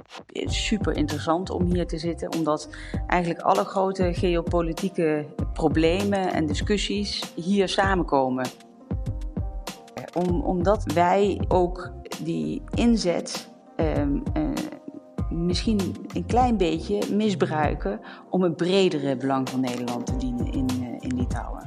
Het is super interessant om hier te zitten, omdat eigenlijk alle grote geopolitieke problemen en discussies hier samenkomen. Omdat wij ook die inzet misschien een klein beetje misbruiken om het bredere belang van Nederland te dienen in Litouwen.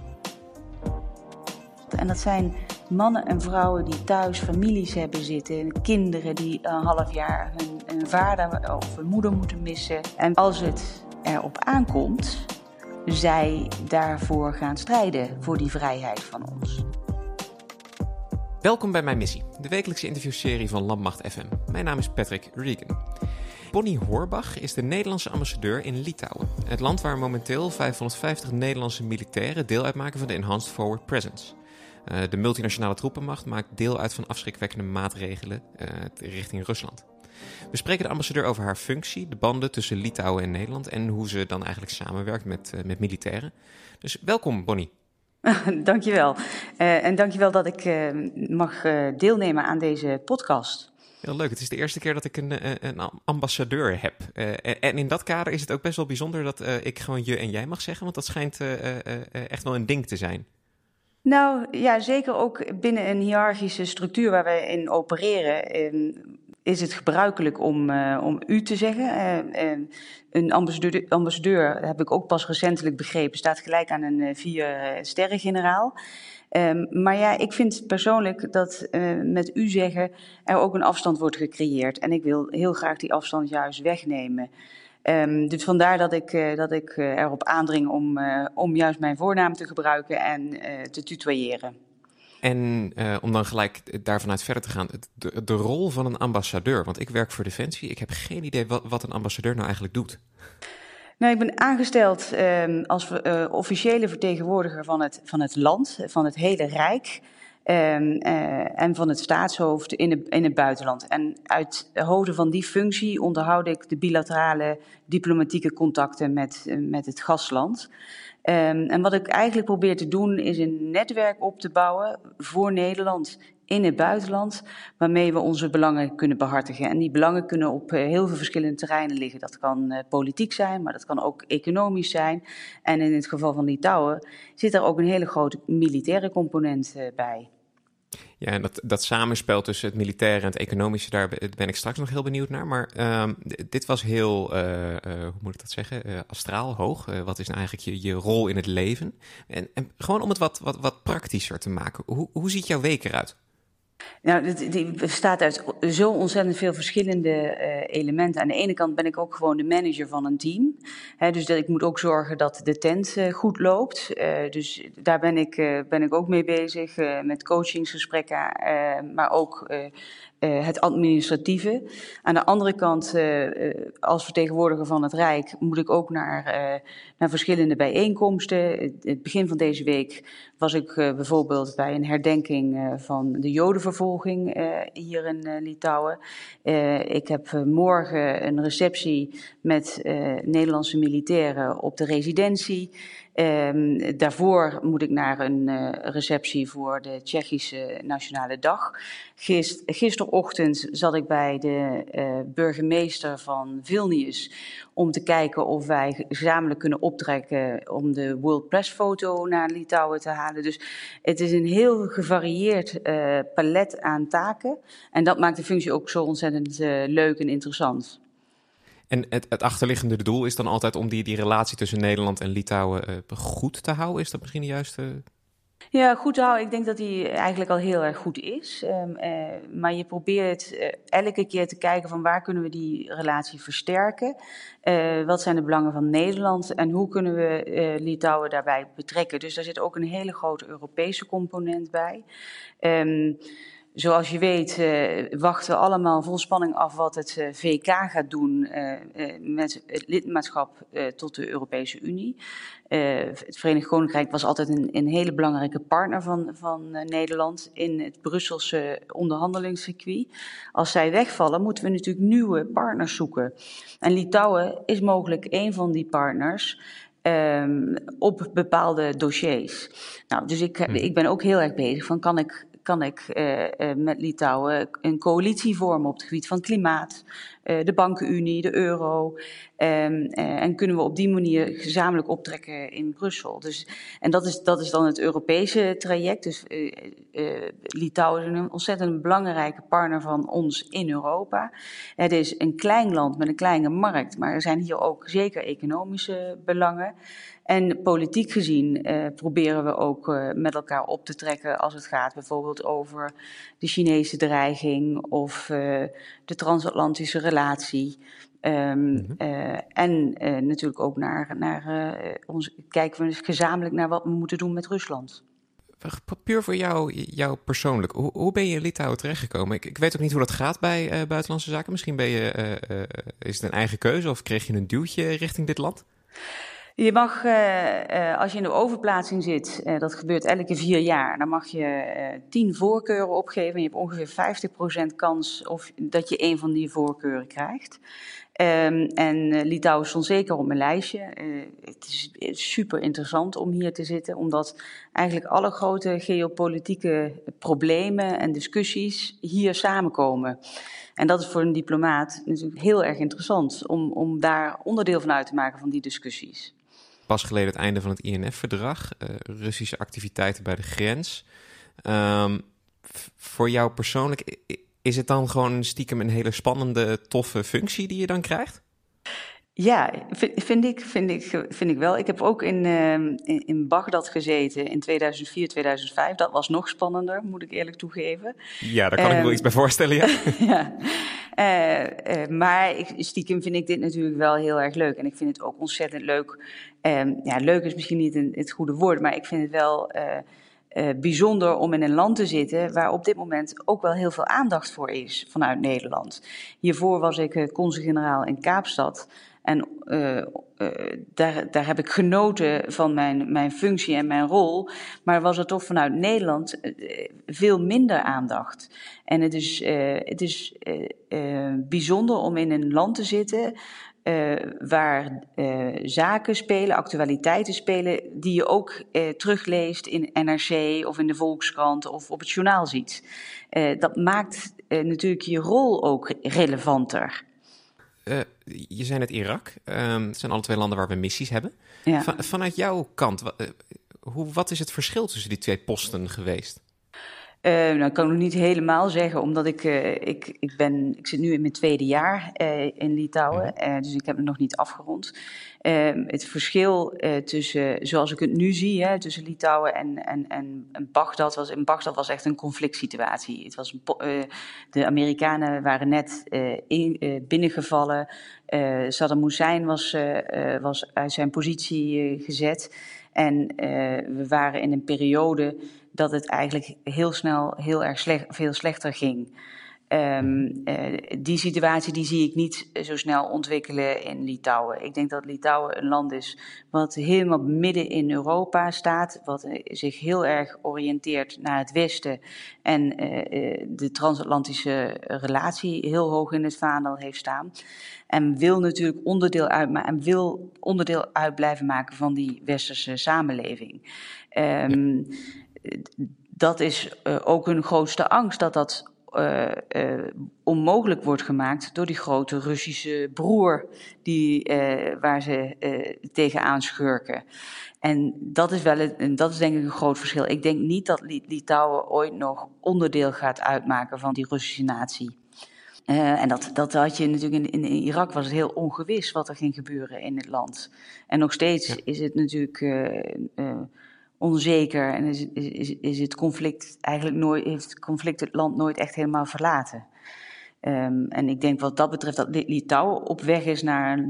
En dat zijn mannen en vrouwen die thuis families hebben zitten, kinderen die een half jaar hun vader of hun moeder moeten missen. En als het erop aankomt, zij daarvoor gaan strijden voor die vrijheid van ons. Welkom bij Mijn Missie, de wekelijkse interviewserie van Landmacht FM. Mijn naam is Patrick Regan. Bonnie Horbach is de Nederlandse ambassadeur in Litouwen. Het land waar momenteel 550 Nederlandse militairen deel uitmaken van de Enhanced Forward Presence. De multinationale troepenmacht maakt deel uit van afschrikwekkende maatregelen richting Rusland. We spreken de ambassadeur over haar functie, de banden tussen Litouwen en Nederland en hoe ze dan eigenlijk samenwerkt met militairen. Dus welkom, Bonnie. Dankjewel. En dankjewel dat ik mag deelnemen aan deze podcast. Heel leuk. Het is de eerste keer dat ik een ambassadeur heb. En in dat kader is het ook best wel bijzonder dat ik gewoon je en jij mag zeggen, want dat schijnt echt wel een ding te zijn. Nou ja, zeker ook binnen een hiërarchische structuur waar wij in opereren, is het gebruikelijk om u te zeggen. Een ambassadeur, heb ik ook pas recentelijk begrepen, staat gelijk aan een 4-sterren-generaal. Maar ja, ik vind persoonlijk dat met u zeggen er ook een afstand wordt gecreëerd. En ik wil heel graag die afstand juist wegnemen. Dus vandaar dat ik erop aandring om juist mijn voornaam te gebruiken en te tutoyeren. En om dan gelijk daarvanuit verder te gaan, de rol van een ambassadeur. Want ik werk voor Defensie, ik heb geen idee wat een ambassadeur nou eigenlijk doet. Nou, ik ben aangesteld als officiële vertegenwoordiger van het land, van het hele Rijk. En van het staatshoofd in het buitenland. En uit hoofde van die functie onderhoud ik de bilaterale diplomatieke contacten met het gastland. En wat ik eigenlijk probeer te doen is een netwerk op te bouwen voor Nederland in het buitenland, waarmee we onze belangen kunnen behartigen. En die belangen kunnen op heel veel verschillende terreinen liggen. Dat kan politiek zijn, maar dat kan ook economisch zijn. En in het geval van Litouwen zit er ook een hele grote militaire component bij. Ja, en dat samenspel tussen het militaire en het economische, daar ben ik straks nog heel benieuwd naar. Maar dit was heel, hoe moet ik dat zeggen, astraal, hoog. Wat is nou eigenlijk je rol in het leven? En gewoon om het wat praktischer te maken. Hoe ziet jouw week eruit? Nou, die bestaat uit zo ontzettend veel verschillende elementen. Aan de ene kant ben ik ook gewoon de manager van een team. Dus ik moet ook zorgen dat de tent goed loopt. Dus daar ben ik ook mee bezig met coachingsgesprekken, maar ook het administratieve. Aan de andere kant, als vertegenwoordiger van het Rijk, moet ik ook naar verschillende bijeenkomsten. Het begin van deze week was ik bijvoorbeeld bij een herdenking van de Jodenvervolging hier in Litouwen. Ik heb morgen een receptie met Nederlandse militairen op de residentie. Daarvoor moet ik naar een receptie voor de Tsjechische Nationale Dag. Gisterochtend zat ik bij de burgemeester van Vilnius om te kijken of wij gezamenlijk kunnen optrekken om de World Press Foto naar Litouwen te halen. Dus het is een heel gevarieerd palet aan taken. En dat maakt de functie ook zo ontzettend leuk en interessant. En het achterliggende doel is dan altijd om die relatie tussen Nederland en Litouwen goed te houden? Is dat misschien de juiste? Ja, goed te houden. Ik denk dat die eigenlijk al heel erg goed is. Maar je probeert elke keer te kijken van waar kunnen we die relatie versterken? Wat zijn de belangen van Nederland en hoe kunnen we Litouwen daarbij betrekken? Dus daar zit ook een hele grote Europese component bij. Zoals je weet wachten we allemaal vol spanning af wat het VK gaat doen met het lidmaatschap tot de Europese Unie. Het Verenigd Koninkrijk was altijd een hele belangrijke partner van Nederland in het Brusselse onderhandelingscircuit. Als zij wegvallen moeten we natuurlijk nieuwe partners zoeken. En Litouwen is mogelijk een van die partners op bepaalde dossiers. Nou, dus ik ben ook heel erg bezig van kan ik met Litouwen een coalitie vormen op het gebied van klimaat, de bankenunie, de euro. En kunnen we op die manier gezamenlijk optrekken in Brussel. Dus, en dat is dan het Europese traject. Dus Litouwen is een ontzettend belangrijke partner van ons in Europa. Het is een klein land met een kleine markt, maar er zijn hier ook zeker economische belangen. En politiek gezien proberen we ook met elkaar op te trekken als het gaat bijvoorbeeld over de Chinese dreiging of de transatlantische relatie. En natuurlijk ook kijken we gezamenlijk naar wat we moeten doen met Rusland. Puur voor jou persoonlijk, hoe ben je in Litouwen terechtgekomen? Ik weet ook niet hoe dat gaat bij buitenlandse zaken. Misschien is het een eigen keuze of kreeg je een duwtje richting dit land? Je mag, als je in de overplaatsing zit, dat gebeurt elke 4 jaar, dan mag je 10 voorkeuren opgeven. En je hebt ongeveer 50% kans dat je een van die voorkeuren krijgt. En Litouwen stond zeker op mijn lijstje. Het is super interessant om hier te zitten, omdat eigenlijk alle grote geopolitieke problemen en discussies hier samenkomen. En dat is voor een diplomaat natuurlijk heel erg interessant om daar onderdeel van uit te maken van die discussies. Pas geleden het einde van het INF-verdrag, Russische activiteiten bij de grens. Voor jou persoonlijk, is het dan gewoon stiekem een hele spannende, toffe functie die je dan krijgt? Ja, vind ik wel. Ik heb ook in Bagdad gezeten in 2004, 2005. Dat was nog spannender, moet ik eerlijk toegeven. Ja, daar kan ik me wel iets bij voorstellen, ja. Ja. Maar stiekem vind ik dit natuurlijk wel heel erg leuk. En ik vind het ook ontzettend leuk. Leuk is misschien niet het goede woord, maar ik vind het wel bijzonder om in een land te zitten waar op dit moment ook wel heel veel aandacht voor is vanuit Nederland. Hiervoor was ik consul-generaal in Kaapstad. En daar heb ik genoten van mijn functie en mijn rol. Maar was er toch vanuit Nederland veel minder aandacht. En het is bijzonder om in een land te zitten waar zaken spelen, actualiteiten spelen, die je ook terugleest in NRC of in de Volkskrant of op het journaal ziet. Dat maakt natuurlijk je rol ook relevanter. Je zei net Irak. Het zijn alle 2 landen waar we missies hebben. Ja. Vanuit jouw kant, wat is het verschil tussen die 2 posten geweest? Ik kan nog niet helemaal zeggen, omdat ik zit nu in mijn 2e jaar in Litouwen, dus ik heb het nog niet afgerond. Het verschil tussen, zoals ik het nu zie, tussen Litouwen en Bagdad was echt een conflict situatie. Het was de Amerikanen waren net binnengevallen. Saddam Hussein was uit zijn positie gezet. En we waren in een periode dat het eigenlijk heel snel heel erg veel slechter ging. Die situatie die zie ik niet zo snel ontwikkelen in Litouwen. Ik denk dat Litouwen een land is wat helemaal midden in Europa staat, wat zich heel erg oriënteert naar het westen en de transatlantische relatie heel hoog in het vaandel heeft staan. En wil natuurlijk onderdeel uit blijven maken van die westerse samenleving. Dat is ook hun grootste angst, dat onmogelijk wordt gemaakt door die grote Russische broer waar ze tegenaan schurken. En dat is denk ik een groot verschil. Ik denk niet dat Litouwen ooit nog onderdeel gaat uitmaken van die Russische natie. En dat had je natuurlijk in Irak, was het heel ongewis wat er ging gebeuren in het land. En nog steeds is het natuurlijk onzeker en is het conflict heeft het conflict het land nooit echt helemaal verlaten. En ik denk wat dat betreft dat Litouwen op weg is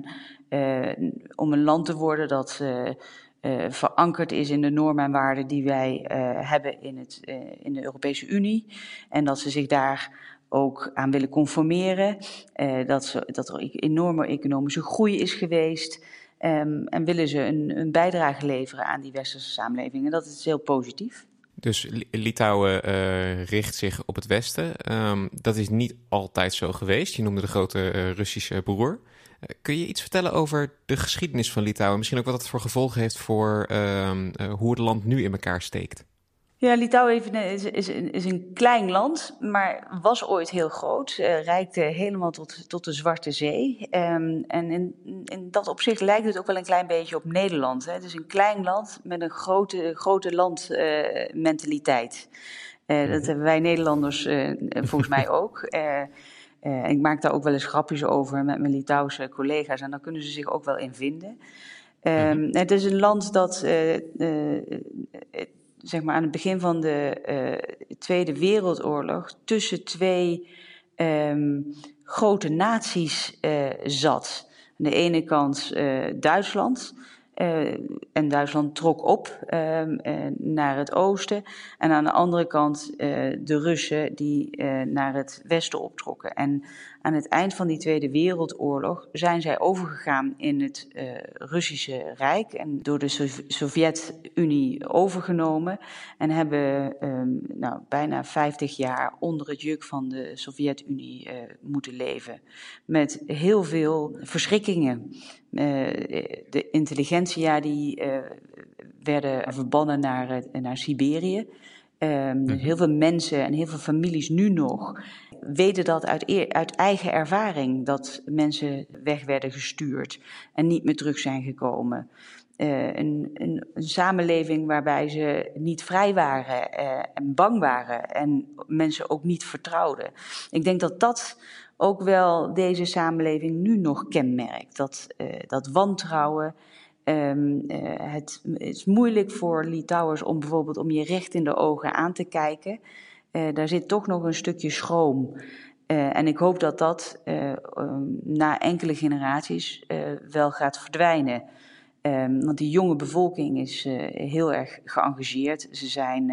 om een land te worden dat verankerd is in de normen en waarden die wij hebben in de Europese Unie. En dat ze zich daar ook aan willen conformeren. Dat er enorme economische groei is geweest. En willen ze een bijdrage leveren aan die westerse samenleving. En dat is heel positief. Dus Litouwen richt zich op het westen. Dat is niet altijd zo geweest. Je noemde de grote Russische broer. Kun je iets vertellen over de geschiedenis van Litouwen? Misschien ook wat dat voor gevolgen heeft voor hoe het land nu in elkaar steekt? Ja, Litouwen is een klein land, maar was ooit heel groot. Reikte helemaal tot de Zwarte Zee. En in dat opzicht lijkt het ook wel een klein beetje op Nederland. Hè. Het is een klein land met een grote landmentaliteit. Dat hebben wij Nederlanders volgens mij ook. Ik maak daar ook wel eens grapjes over met mijn Litouwse collega's. En daar kunnen ze zich ook wel in vinden. Het is een land dat zeg maar aan het begin van de Tweede Wereldoorlog tussen twee grote naties zat. Aan de ene kant Duitsland. En Duitsland trok op naar het oosten. En aan de andere kant de Russen die naar het westen optrokken. En aan het eind van die Tweede Wereldoorlog zijn zij overgegaan in het Russische Rijk. En door de Sovjet-Unie overgenomen. En hebben bijna 50 jaar onder het juk van de Sovjet-Unie moeten leven. Met heel veel verschrikkingen. De intelligentsia die werden verbannen naar Siberië. Heel veel mensen en heel veel families nu nog weten dat uit eigen ervaring dat mensen weg werden gestuurd en niet meer terug zijn gekomen. Een samenleving waarbij ze niet vrij waren en bang waren en mensen ook niet vertrouwden. Ik denk dat ook wel deze samenleving nu nog kenmerkt. Dat wantrouwen. Het is moeilijk voor Litouwers om bijvoorbeeld om je recht in de ogen aan te kijken. Daar zit toch nog een stukje schroom. En ik hoop dat na enkele generaties wel gaat verdwijnen. Want die jonge bevolking is heel erg geëngageerd. Ze zijn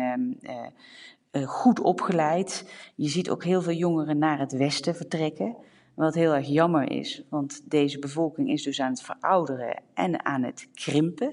goed opgeleid. Je ziet ook heel veel jongeren naar het westen vertrekken. Wat heel erg jammer is, want deze bevolking is dus aan het verouderen en aan het krimpen.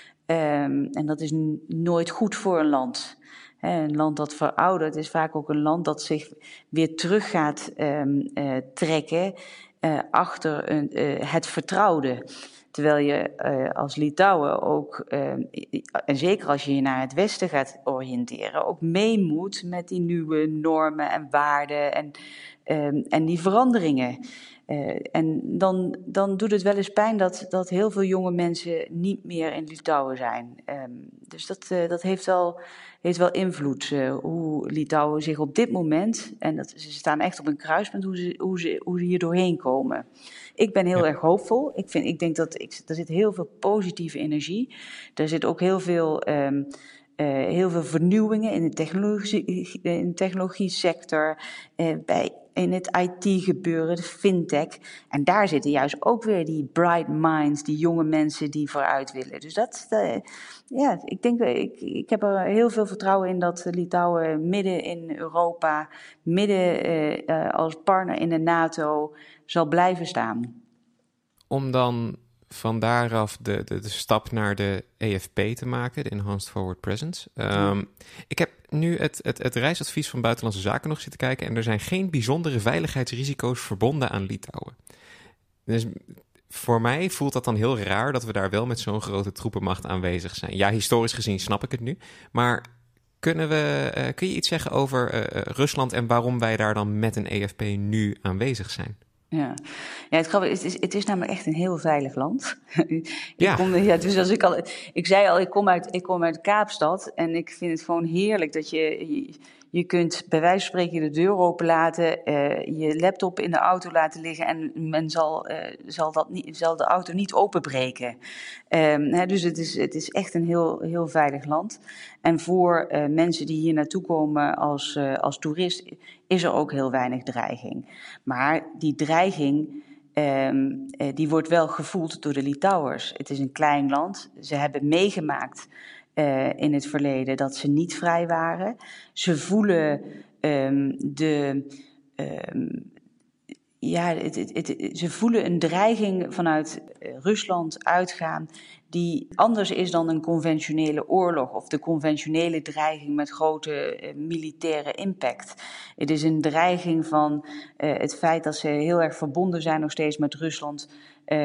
En dat is nooit goed voor een land. Een land dat veroudert is vaak ook een land dat zich weer terug gaat trekken achter het vertrouwde. Terwijl je als Litouwen ook, en zeker als je je naar het westen gaat oriënteren, ook mee moet met die nieuwe normen en waarden en die veranderingen. En dan doet het wel eens pijn dat heel veel jonge mensen niet meer in Litouwen zijn. Dus dat heeft wel invloed hoe Litouwen zich op dit moment, en ze staan echt op een kruispunt, hoe ze hier doorheen komen. Ik ben heel erg hoopvol. Ik denk dat er zit heel veel positieve energie. Er zit ook heel veel vernieuwingen in de technologie-sector, in het IT-gebeuren, de fintech. En daar zitten juist ook weer die bright minds, die jonge mensen die vooruit willen. Dus ik heb er heel veel vertrouwen in dat Litouwen midden in Europa, als partner in de NATO, zal blijven staan. Om dan van daaraf de stap naar de EFP te maken, de Enhanced Forward Presence. Ik heb nu het reisadvies van Buitenlandse Zaken nog zitten kijken en er zijn geen bijzondere veiligheidsrisico's verbonden aan Litouwen. Dus voor mij voelt dat dan heel raar dat we daar wel met zo'n grote troepenmacht aanwezig zijn. Ja, historisch gezien snap ik het nu, maar kun je iets zeggen over Rusland en waarom wij daar dan met een EFP nu aanwezig zijn? Ja, het grappige is, het is namelijk echt een heel veilig land. Dus ik zei al, ik kom uit Kaapstad en ik vind het gewoon heerlijk dat je kunt bij wijze van spreken de deur openlaten, je laptop in de auto laten liggen en men zal de auto niet openbreken. Dus het is echt een heel veilig land. En voor mensen die hier naartoe komen als toerist is er ook heel weinig dreiging. Maar die dreiging die wordt wel gevoeld door de Litouwers. Het is een klein land. Ze hebben meegemaakt in het verleden dat ze niet vrij waren. Ze voelen ze voelen een dreiging vanuit Rusland uitgaan die anders is dan een conventionele oorlog of de conventionele dreiging met grote militaire impact. Het is een dreiging van het feit dat ze heel erg verbonden zijn nog steeds met Rusland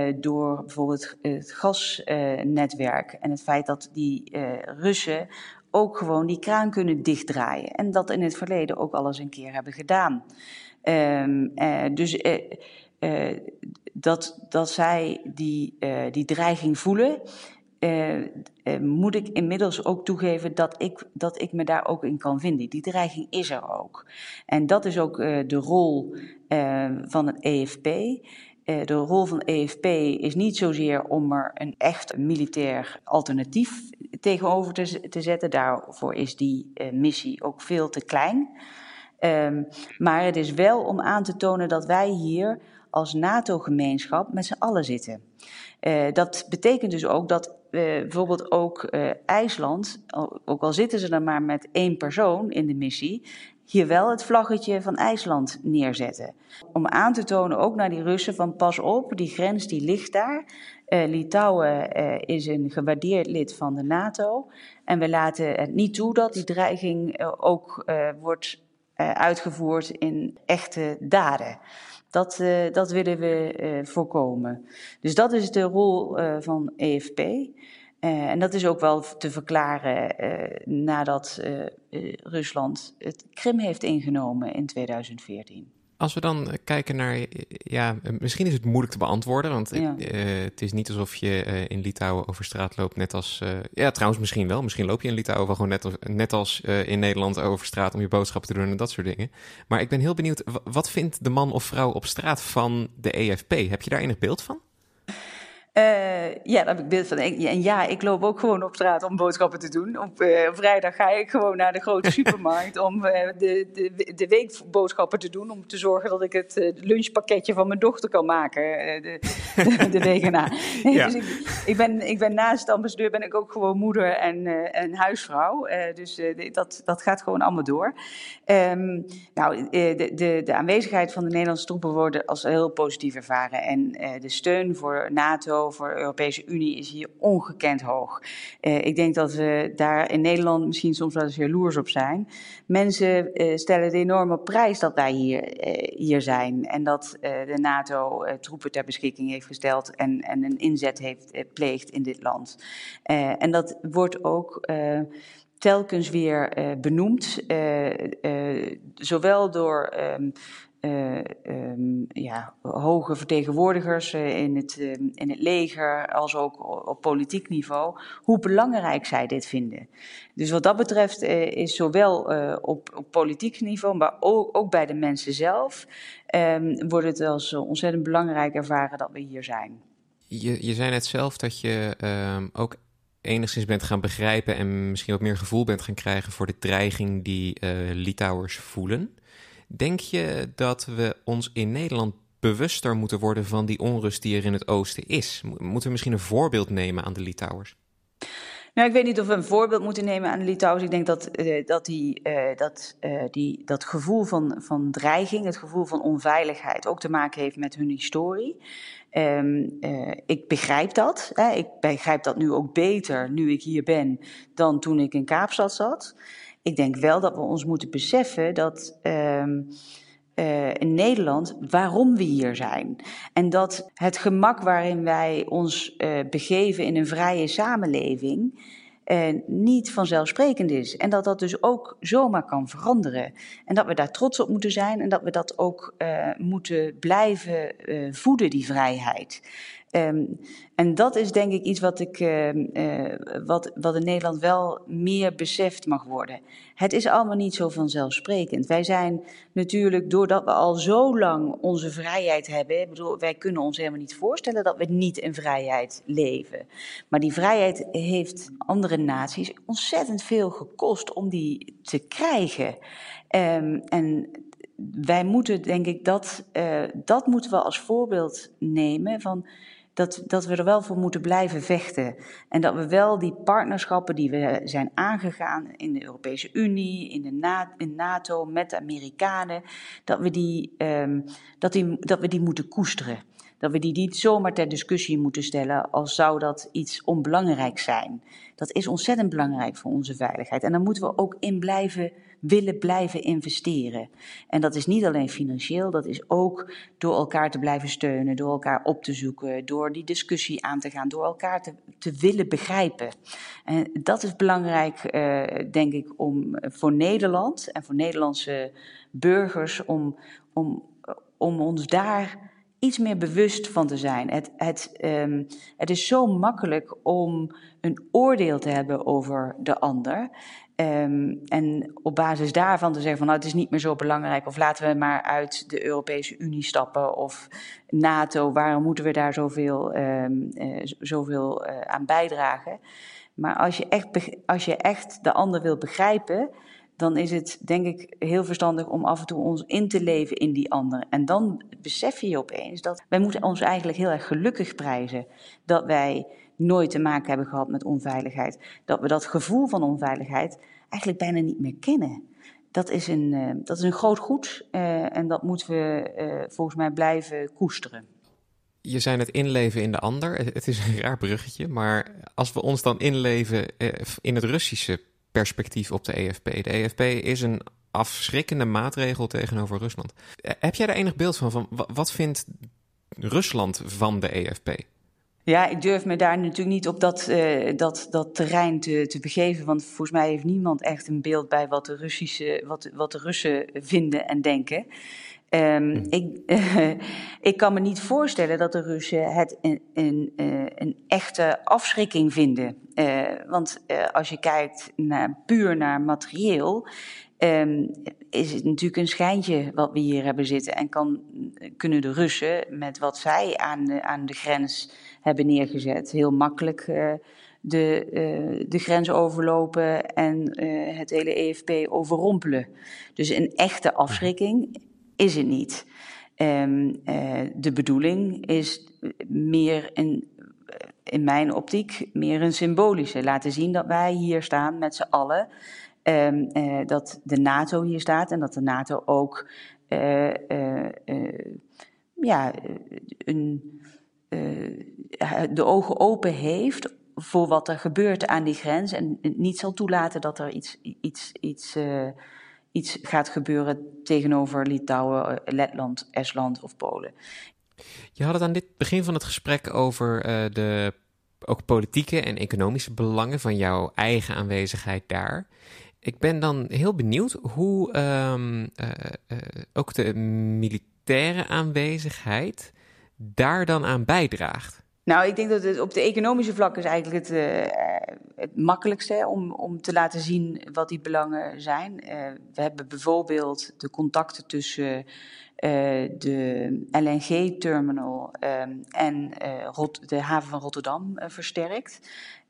door bijvoorbeeld het gasnetwerk en het feit dat die Russen ook gewoon die kraan kunnen dichtdraaien. En dat in het verleden ook al eens een keer hebben gedaan. Dat zij die dreiging voelen, moet ik inmiddels ook toegeven dat ik me daar ook in kan vinden. Die dreiging is er ook. En dat is ook de rol van het EFP. De rol van EFP is niet zozeer om er een echt militair alternatief tegenover te zetten. Daarvoor is die missie ook veel te klein. Maar het is wel om aan te tonen dat wij hier als NATO-gemeenschap met z'n allen zitten. Dat betekent dus ook dat bijvoorbeeld ook IJsland, ook al zitten ze dan maar met 1 persoon in de missie, hier wel het vlaggetje van IJsland neerzetten. Om aan te tonen ook naar die Russen van pas op, die grens die ligt daar. Litouwen is een gewaardeerd lid van de NATO. En we laten het niet toe dat die dreiging ook wordt uitgevoerd in echte daden. Dat willen we voorkomen. Dus dat is de rol van EFP. En dat is ook wel te verklaren nadat Rusland het Krim heeft ingenomen in 2014. Als we dan kijken naar, misschien is het moeilijk te beantwoorden, want het is niet alsof je in Litouwen over straat loopt net als, trouwens misschien wel, misschien loop je in Litouwen wel gewoon net als in Nederland over straat om je boodschappen te doen en dat soort dingen. Maar ik ben heel benieuwd, wat vindt de man of vrouw op straat van de EFP? Heb je daar enig beeld van? Daar heb ik beeld van. Ik loop ook gewoon op straat om boodschappen te doen. Op vrijdag ga ik gewoon naar de grote supermarkt om de weekboodschappen te doen. Om te zorgen dat ik het lunchpakketje van mijn dochter kan maken de week erna. Ja. Dus ik ben naast ambassadeur ben ik ook gewoon moeder en huisvrouw. Dat gaat gewoon allemaal door. De aanwezigheid van de Nederlandse troepen wordt als heel positief ervaren. En de steun voor NATO, voor de Europese Unie is hier ongekend hoog. Ik denk dat we daar in Nederland misschien soms wel eens jaloers op zijn. Mensen stellen de enorme prijs dat wij hier zijn. En dat de NATO troepen ter beschikking heeft gesteld en een inzet heeft pleegt in dit land. En dat wordt ook telkens weer benoemd. Zowel door hoge vertegenwoordigers in het leger als ook op politiek niveau, hoe belangrijk zij dit vinden. Dus wat dat betreft is zowel op politiek niveau, maar ook bij de mensen zelf, wordt het als ontzettend belangrijk ervaren dat we hier zijn. Je zei net zelf dat je ook enigszins bent gaan begrijpen en misschien wat meer gevoel bent gaan krijgen voor de dreiging die Litouwers voelen. Denk je dat we ons in Nederland bewuster moeten worden van die onrust die er in het oosten is? Moeten we misschien een voorbeeld nemen aan de Litouwers? Nou, ik weet niet of we een voorbeeld moeten nemen aan de Litouwers. Ik denk dat gevoel van dreiging, het gevoel van onveiligheid ook te maken heeft met hun historie. Ik begrijp dat. Ik begrijp dat nu ook beter, nu ik hier ben, dan toen ik in Kaapstad zat. Ik denk wel dat we ons moeten beseffen dat in Nederland waarom we hier zijn. En dat het gemak waarin wij ons begeven in een vrije samenleving niet vanzelfsprekend is. En dat dus ook zomaar kan veranderen. En dat we daar trots op moeten zijn en dat we dat ook moeten blijven voeden, die vrijheid. En dat is denk ik iets wat in Nederland wel meer beseft mag worden. Het is allemaal niet zo vanzelfsprekend. Wij zijn natuurlijk, doordat we al zo lang onze vrijheid hebben, wij kunnen ons helemaal niet voorstellen dat we niet in vrijheid leven. Maar die vrijheid heeft andere naties ontzettend veel gekost om die te krijgen. En wij moeten, denk ik, dat moeten we als voorbeeld nemen van dat we er wel voor moeten blijven vechten. En dat we wel die partnerschappen die we zijn aangegaan in de Europese Unie, in NATO, met de Amerikanen, dat we die moeten koesteren. Dat we die niet zomaar ter discussie moeten stellen als zou dat iets onbelangrijks zijn. Dat is ontzettend belangrijk voor onze veiligheid. En daar moeten we ook in blijven willen blijven investeren. En dat is niet alleen financieel, dat is ook door elkaar te blijven steunen, door elkaar op te zoeken, door die discussie aan te gaan, door elkaar te willen begrijpen. En dat is belangrijk, denk ik, voor Nederland en voor Nederlandse burgers om ons daar iets meer bewust van te zijn. Het is zo makkelijk om een oordeel te hebben over de ander. En op basis daarvan te zeggen van nou, het is niet meer zo belangrijk, of laten we maar uit de Europese Unie stappen, of NATO, waarom moeten we daar zoveel aan bijdragen? Maar als je echt de ander wil begrijpen, dan is het denk ik heel verstandig om af en toe ons in te leven in die ander. En dan besef je opeens dat wij moeten ons eigenlijk heel erg gelukkig prijzen dat wij nooit te maken hebben gehad met onveiligheid. Dat we dat gevoel van onveiligheid eigenlijk bijna niet meer kennen. Dat is een groot goed en dat moeten we volgens mij blijven koesteren. Je zei het inleven in de ander. Het is een raar bruggetje, maar als we ons dan inleven in het Russische perspectief op de EFP. De EFP is een afschrikkende maatregel tegenover Rusland. Heb jij daar enig beeld van wat vindt Rusland van de EFP? Ja, ik durf me daar natuurlijk niet op dat terrein te begeven, want volgens mij heeft niemand echt een beeld bij wat de Russen vinden en denken. Ik kan me niet voorstellen dat de Russen het een echte afschrikking vinden. Want als je kijkt puur naar materieel, is het natuurlijk een schijntje wat we hier hebben zitten. En kunnen de Russen met wat zij aan de grens hebben neergezet heel makkelijk de grens overlopen en het hele EFP overrompelen. Dus een echte afschrikking is het niet. De bedoeling is meer in mijn optiek meer een symbolische. Laten zien dat wij hier staan met z'n allen. Dat de NATO hier staat en dat de NATO ook de ogen open heeft voor wat er gebeurt aan die grens en niet zal toelaten dat er iets gaat gebeuren tegenover Litouwen, Letland, Estland of Polen. Je had het aan dit begin van het gesprek over de ook politieke en economische belangen van jouw eigen aanwezigheid daar. Ik ben dan heel benieuwd hoe ook de militaire aanwezigheid daar dan aan bijdraagt. Nou, ik denk dat het op de economische vlak is eigenlijk het makkelijkste om te laten zien wat die belangen zijn. We hebben bijvoorbeeld de contacten tussen de LNG-terminal en de haven van Rotterdam versterkt.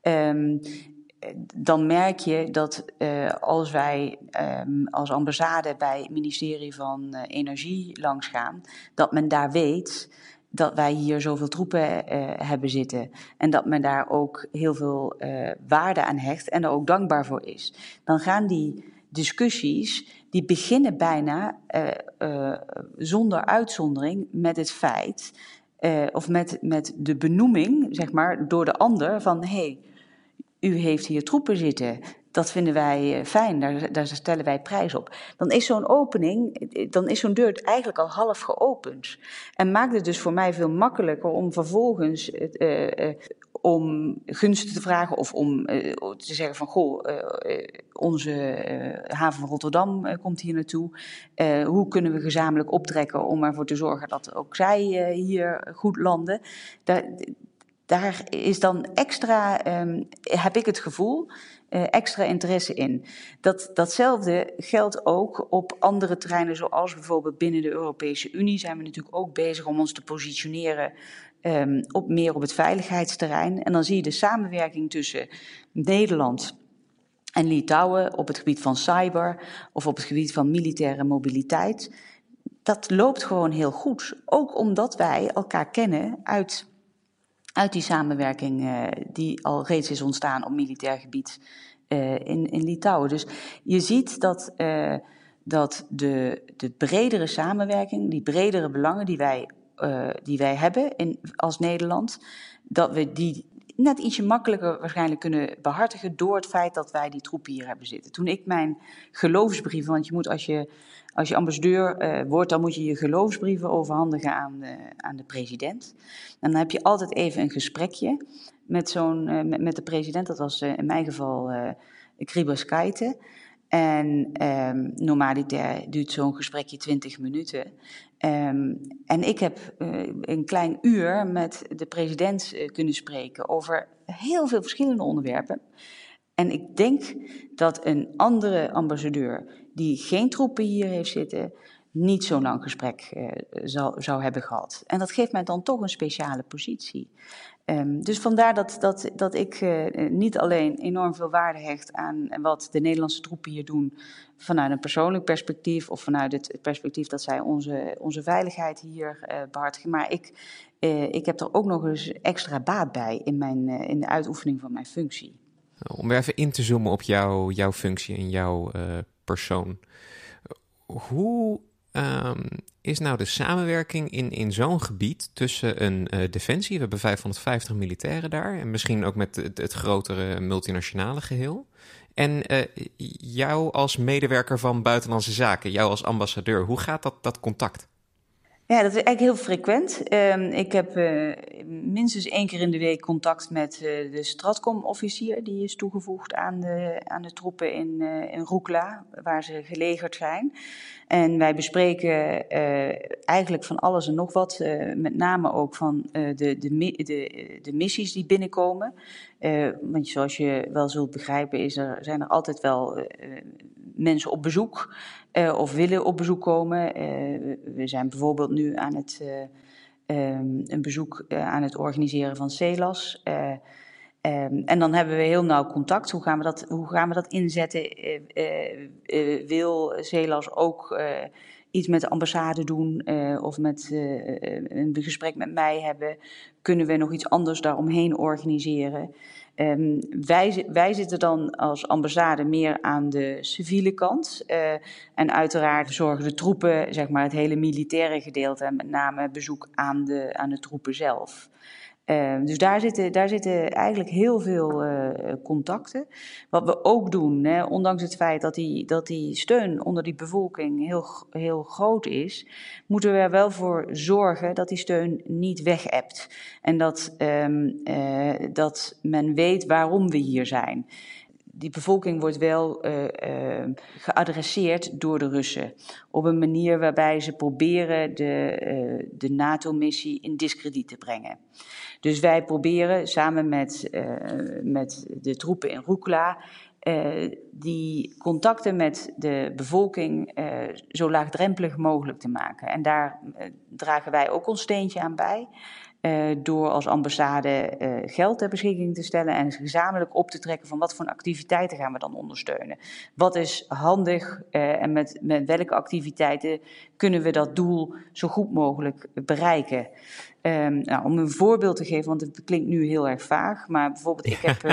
Dan merk je dat als wij als ambassade bij het ministerie van Energie langsgaan, dat men daar weet dat wij hier zoveel troepen hebben zitten. En dat men daar ook heel veel waarde aan hecht en er ook dankbaar voor is. Dan gaan die discussies, die beginnen bijna zonder uitzondering met het feit, of met de benoeming, zeg maar, door de ander van hey, u heeft hier troepen zitten. Dat vinden wij fijn, daar stellen wij prijs op. Dan is zo'n opening, dan is zo'n deur eigenlijk al half geopend. En maakt het dus voor mij veel makkelijker om vervolgens om gunsten te vragen of om te zeggen van goh, onze haven van Rotterdam komt hier naartoe. Hoe kunnen we gezamenlijk optrekken om ervoor te zorgen dat ook zij hier goed landen? Daar is dan extra, heb ik het gevoel, extra interesse in. Datzelfde geldt ook op andere terreinen, zoals bijvoorbeeld binnen de Europese Unie zijn we natuurlijk ook bezig om ons te positioneren meer op het veiligheidsterrein. En dan zie je de samenwerking tussen Nederland en Litouwen op het gebied van cyber of op het gebied van militaire mobiliteit. Dat loopt gewoon heel goed, ook omdat wij elkaar kennen uit die samenwerking die al reeds is ontstaan op militair gebied in Litouwen. Dus je ziet dat de bredere samenwerking, die bredere belangen die wij hebben als Nederland, dat we die net ietsje makkelijker waarschijnlijk kunnen behartigen door het feit dat wij die troepen hier hebben zitten. Toen ik mijn geloofsbrieven, want je moet als je ambassadeur wordt, dan moet je je geloofsbrieven overhandigen aan de president. En dan heb je altijd even een gesprekje met de president. Dat was in mijn geval Grybauskaite. En normaliter duurt zo'n gesprekje 20 minuten. En ik heb een klein uur met de president kunnen spreken over heel veel verschillende onderwerpen. En ik denk dat een andere ambassadeur die geen troepen hier heeft zitten, niet zo'n lang gesprek zou hebben gehad. En dat geeft mij dan toch een speciale positie. Dus vandaar dat ik niet alleen enorm veel waarde hecht aan wat de Nederlandse troepen hier doen vanuit een persoonlijk perspectief of vanuit het perspectief dat zij onze veiligheid hier behartigen. Maar ik heb er ook nog eens extra baat bij in de uitoefening van mijn functie. Om weer even in te zoomen op jouw functie en jouw persoon. Hoe is nou de samenwerking in zo'n gebied tussen een defensie, we hebben 550 militairen daar, en misschien ook met het grotere multinationale geheel, en jou als medewerker van Buitenlandse Zaken, jou als ambassadeur, hoe gaat dat contact? Ja, dat is eigenlijk heel frequent. Ik heb minstens 1 keer in de week contact met de Stratcom-officier. Die is toegevoegd aan de troepen in Roekla, waar ze gelegerd zijn. En wij bespreken eigenlijk van alles en nog wat. Met name ook van de missies die binnenkomen. Want zoals je wel zult begrijpen zijn er altijd wel mensen op bezoek of willen op bezoek komen. We zijn bijvoorbeeld nu aan een bezoek aan het organiseren van CELAS. En dan hebben we heel nauw contact. Hoe gaan we dat inzetten? Wil CELAS ook iets met de ambassade doen of met een gesprek met mij hebben? Kunnen we nog iets anders daaromheen organiseren? Wij zitten dan als ambassade meer aan de civiele kant. En uiteraard zorgen de troepen, zeg maar het hele militaire gedeelte, en met name bezoek aan de troepen zelf. Dus daar zitten eigenlijk heel veel contacten. Wat we ook doen, ondanks het feit dat die steun onder die bevolking heel groot is, moeten we er wel voor zorgen dat die steun niet weg-ebt. En dat men weet waarom we hier zijn. Die bevolking wordt wel geadresseerd door de Russen op een manier waarbij ze proberen de NATO-missie in diskrediet te brengen. Dus wij proberen samen met de troepen in Roekla die contacten met de bevolking zo laagdrempelig mogelijk te maken. En daar dragen wij ook ons steentje aan bij. Door als ambassade geld ter beschikking te stellen en gezamenlijk op te trekken van wat voor activiteiten gaan we dan ondersteunen. Wat is handig en met welke activiteiten kunnen we dat doel zo goed mogelijk bereiken. Om een voorbeeld te geven, want het klinkt nu heel erg vaag, maar bijvoorbeeld ik heb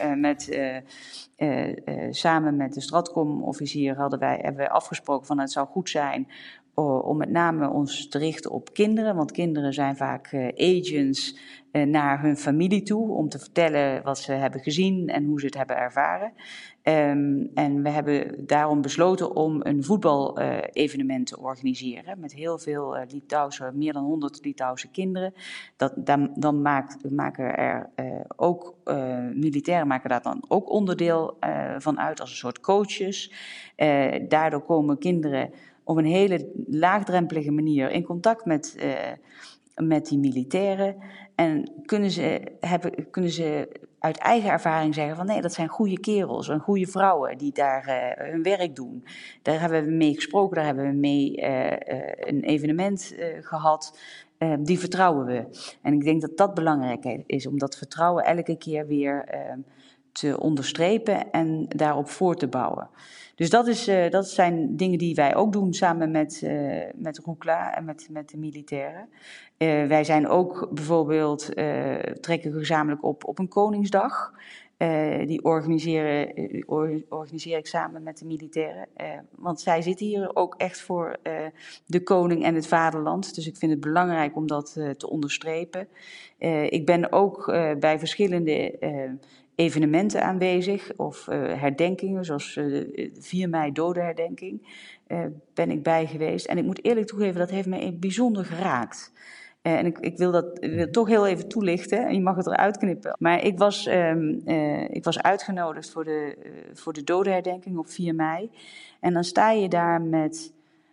samen met de Stratcom-officier hebben we afgesproken van het zou goed zijn om met name ons te richten op kinderen, want kinderen zijn vaak agents naar hun familie toe om te vertellen wat ze hebben gezien en hoe ze het hebben ervaren. En we hebben daarom besloten om een voetbal-evenement te organiseren met heel veel Litouwse, meer dan 100 Litouwse kinderen. Dan maken er ook militairen maken daar dan ook onderdeel van uit als een soort coaches. Daardoor komen kinderen op een hele laagdrempelige manier in contact met die militairen. En kunnen ze uit eigen ervaring zeggen van nee, dat zijn goede kerels en goede vrouwen die daar hun werk doen. Daar hebben we mee gesproken, daar hebben we mee een evenement gehad. Die vertrouwen we. En ik denk dat dat belangrijk is, om dat vertrouwen elke keer weer te onderstrepen en daarop voor te bouwen. Dus dat zijn dingen die wij ook doen samen met Roekla en met de militairen. Wij zijn ook bijvoorbeeld, trekken gezamenlijk op een Koningsdag. Die organiseer ik samen met de militairen. Want zij zitten hier ook echt voor de koning en het vaderland. Dus ik vind het belangrijk om dat te onderstrepen. Ik ben ook bij verschillende evenementen aanwezig of herdenkingen, zoals de 4 mei dodenherdenking, ben ik bij geweest. En ik moet eerlijk toegeven, dat heeft mij bijzonder geraakt. En ik wil toch heel even toelichten. En je mag het eruit knippen. Maar ik was uitgenodigd voor de dodenherdenking op 4 mei. En dan sta je daar met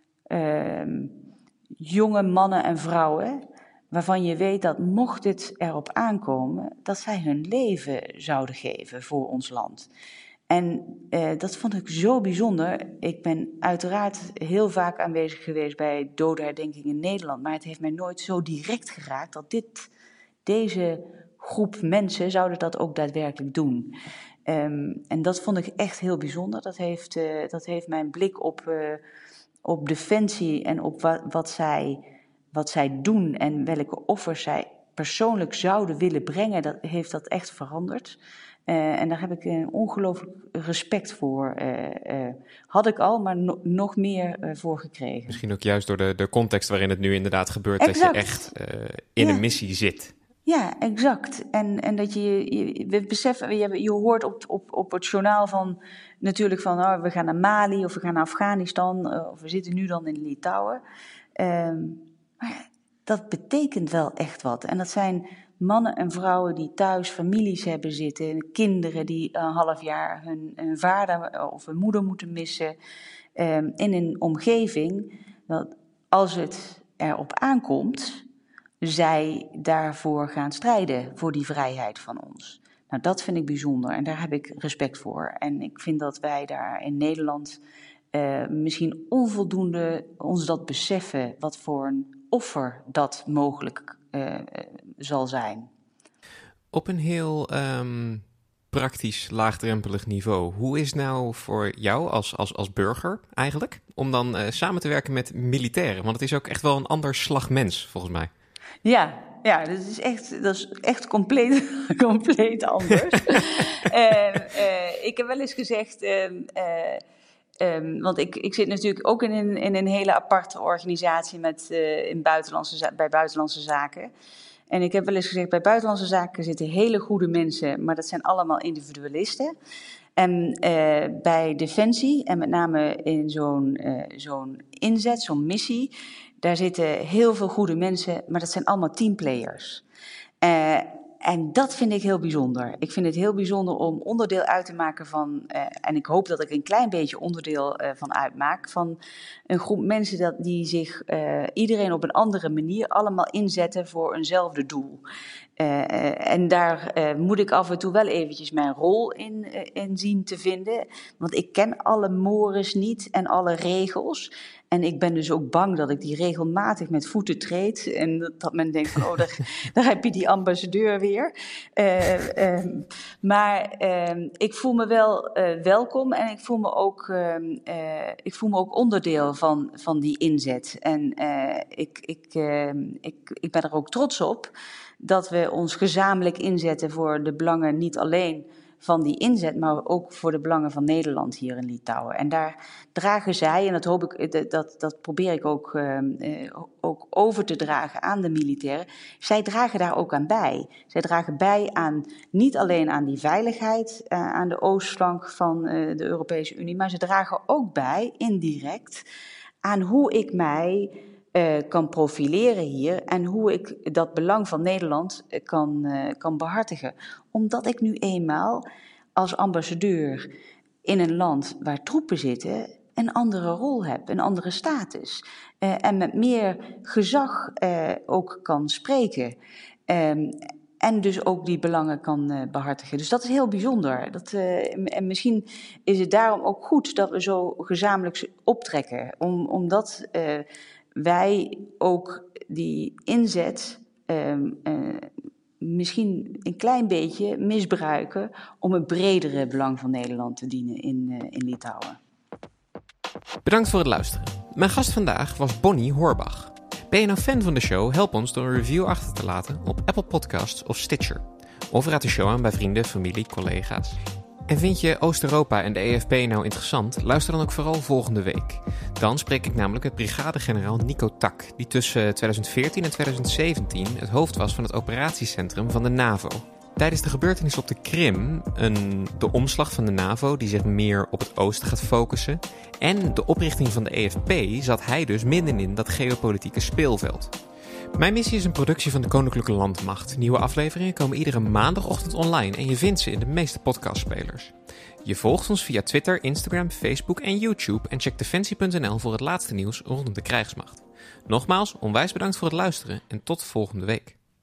jonge mannen en vrouwen, waarvan je weet dat mocht het erop aankomen, dat zij hun leven zouden geven voor ons land. En dat vond ik zo bijzonder. Ik ben uiteraard heel vaak aanwezig geweest bij dodenherdenking in Nederland, maar het heeft mij nooit zo direct geraakt dat deze groep mensen zouden dat ook daadwerkelijk doen. En dat vond ik echt heel bijzonder. Dat heeft mijn blik op Defensie en op wat zij doen en welke offers zij persoonlijk zouden willen brengen, heeft dat echt veranderd. En daar heb ik een ongelooflijk respect voor. Had ik al, maar nog meer voor gekregen. Misschien ook juist door de context waarin het nu inderdaad gebeurt, exact. Dat je echt in een missie zit. Ja, exact. En dat we beseffen, je hoort op het journaal natuurlijk van we gaan naar Mali of we gaan naar Afghanistan of we zitten nu dan in Litouwen. Maar dat betekent wel echt wat. En dat zijn mannen en vrouwen die thuis families hebben zitten, kinderen die een half jaar hun vader of hun moeder moeten missen, in een omgeving dat als het erop aankomt, zij daarvoor gaan strijden, voor die vrijheid van ons. Nou, dat vind ik bijzonder en daar heb ik respect voor. En ik vind dat wij daar in Nederland misschien onvoldoende ons dat beseffen, wat voor een offer dat mogelijk zal zijn. Op een heel praktisch, laagdrempelig niveau. Hoe is nou voor jou als burger eigenlijk om dan samen te werken met militairen? Want het is ook echt wel een ander slag mens, volgens mij. Ja, dat is echt compleet anders. Ik heb wel eens gezegd, want ik zit natuurlijk ook in een hele aparte organisatie bij buitenlandse zaken. En ik heb wel eens gezegd, bij buitenlandse zaken zitten hele goede mensen, maar dat zijn allemaal individualisten. En bij Defensie, en met name in zo'n inzet, zo'n missie, daar zitten heel veel goede mensen, maar dat zijn allemaal teamplayers. En dat vind ik heel bijzonder. Ik vind het heel bijzonder om onderdeel uit te maken van, en ik hoop dat ik een klein beetje onderdeel van uitmaak, van een groep mensen die zich iedereen op een andere manier allemaal inzetten voor eenzelfde doel. En daar moet ik af en toe wel eventjes mijn rol in zien te vinden. Want ik ken alle mores niet en alle regels. En ik ben dus ook bang dat ik die regelmatig met voeten treed. En dat men denkt van, daar heb je die ambassadeur weer. Maar ik voel me wel welkom en ik voel me ook onderdeel van die inzet. En ik ben er ook trots op dat we ons gezamenlijk inzetten voor de belangen niet alleen van die inzet, maar ook voor de belangen van Nederland hier in Litouwen. En daar dragen zij, en dat hoop ik, dat probeer ik ook over te dragen aan de militairen. Zij dragen daar ook aan bij. Zij dragen bij aan niet alleen aan die veiligheid aan de oostflank van de Europese Unie, maar ze dragen ook bij, indirect, aan hoe ik mij kan profileren hier en hoe ik dat belang van Nederland kan behartigen. Omdat ik nu eenmaal als ambassadeur in een land waar troepen zitten een andere rol heb, een andere status. En met meer gezag ook kan spreken. En dus ook die belangen kan behartigen. Dus dat is heel bijzonder. En misschien is het daarom ook goed dat we zo gezamenlijk optrekken. Omdat wij ook die inzet misschien een klein beetje misbruiken om het bredere belang van Nederland te dienen in Litouwen. Bedankt voor het luisteren. Mijn gast vandaag was Bonnie Horbach. Ben je nou fan van de show? Help ons door een review achter te laten op Apple Podcasts of Stitcher. Of raad de show aan bij vrienden, familie, collega's. En vind je Oost-Europa en de EFP nou interessant? Luister dan ook vooral volgende week. Dan spreek ik namelijk met brigadegeneraal Nico Tak, die tussen 2014 en 2017 het hoofd was van het operatiecentrum van de NAVO. Tijdens de gebeurtenissen op de Krim, de omslag van de NAVO die zich meer op het oosten gaat focussen, en de oprichting van de EFP zat hij dus middenin dat geopolitieke speelveld. Mijn missie is een productie van de Koninklijke Landmacht. Nieuwe afleveringen komen iedere maandagochtend online en je vindt ze in de meeste podcastspelers. Je volgt ons via Twitter, Instagram, Facebook en YouTube en check defensie.nl voor het laatste nieuws rondom de krijgsmacht. Nogmaals, onwijs bedankt voor het luisteren en tot volgende week.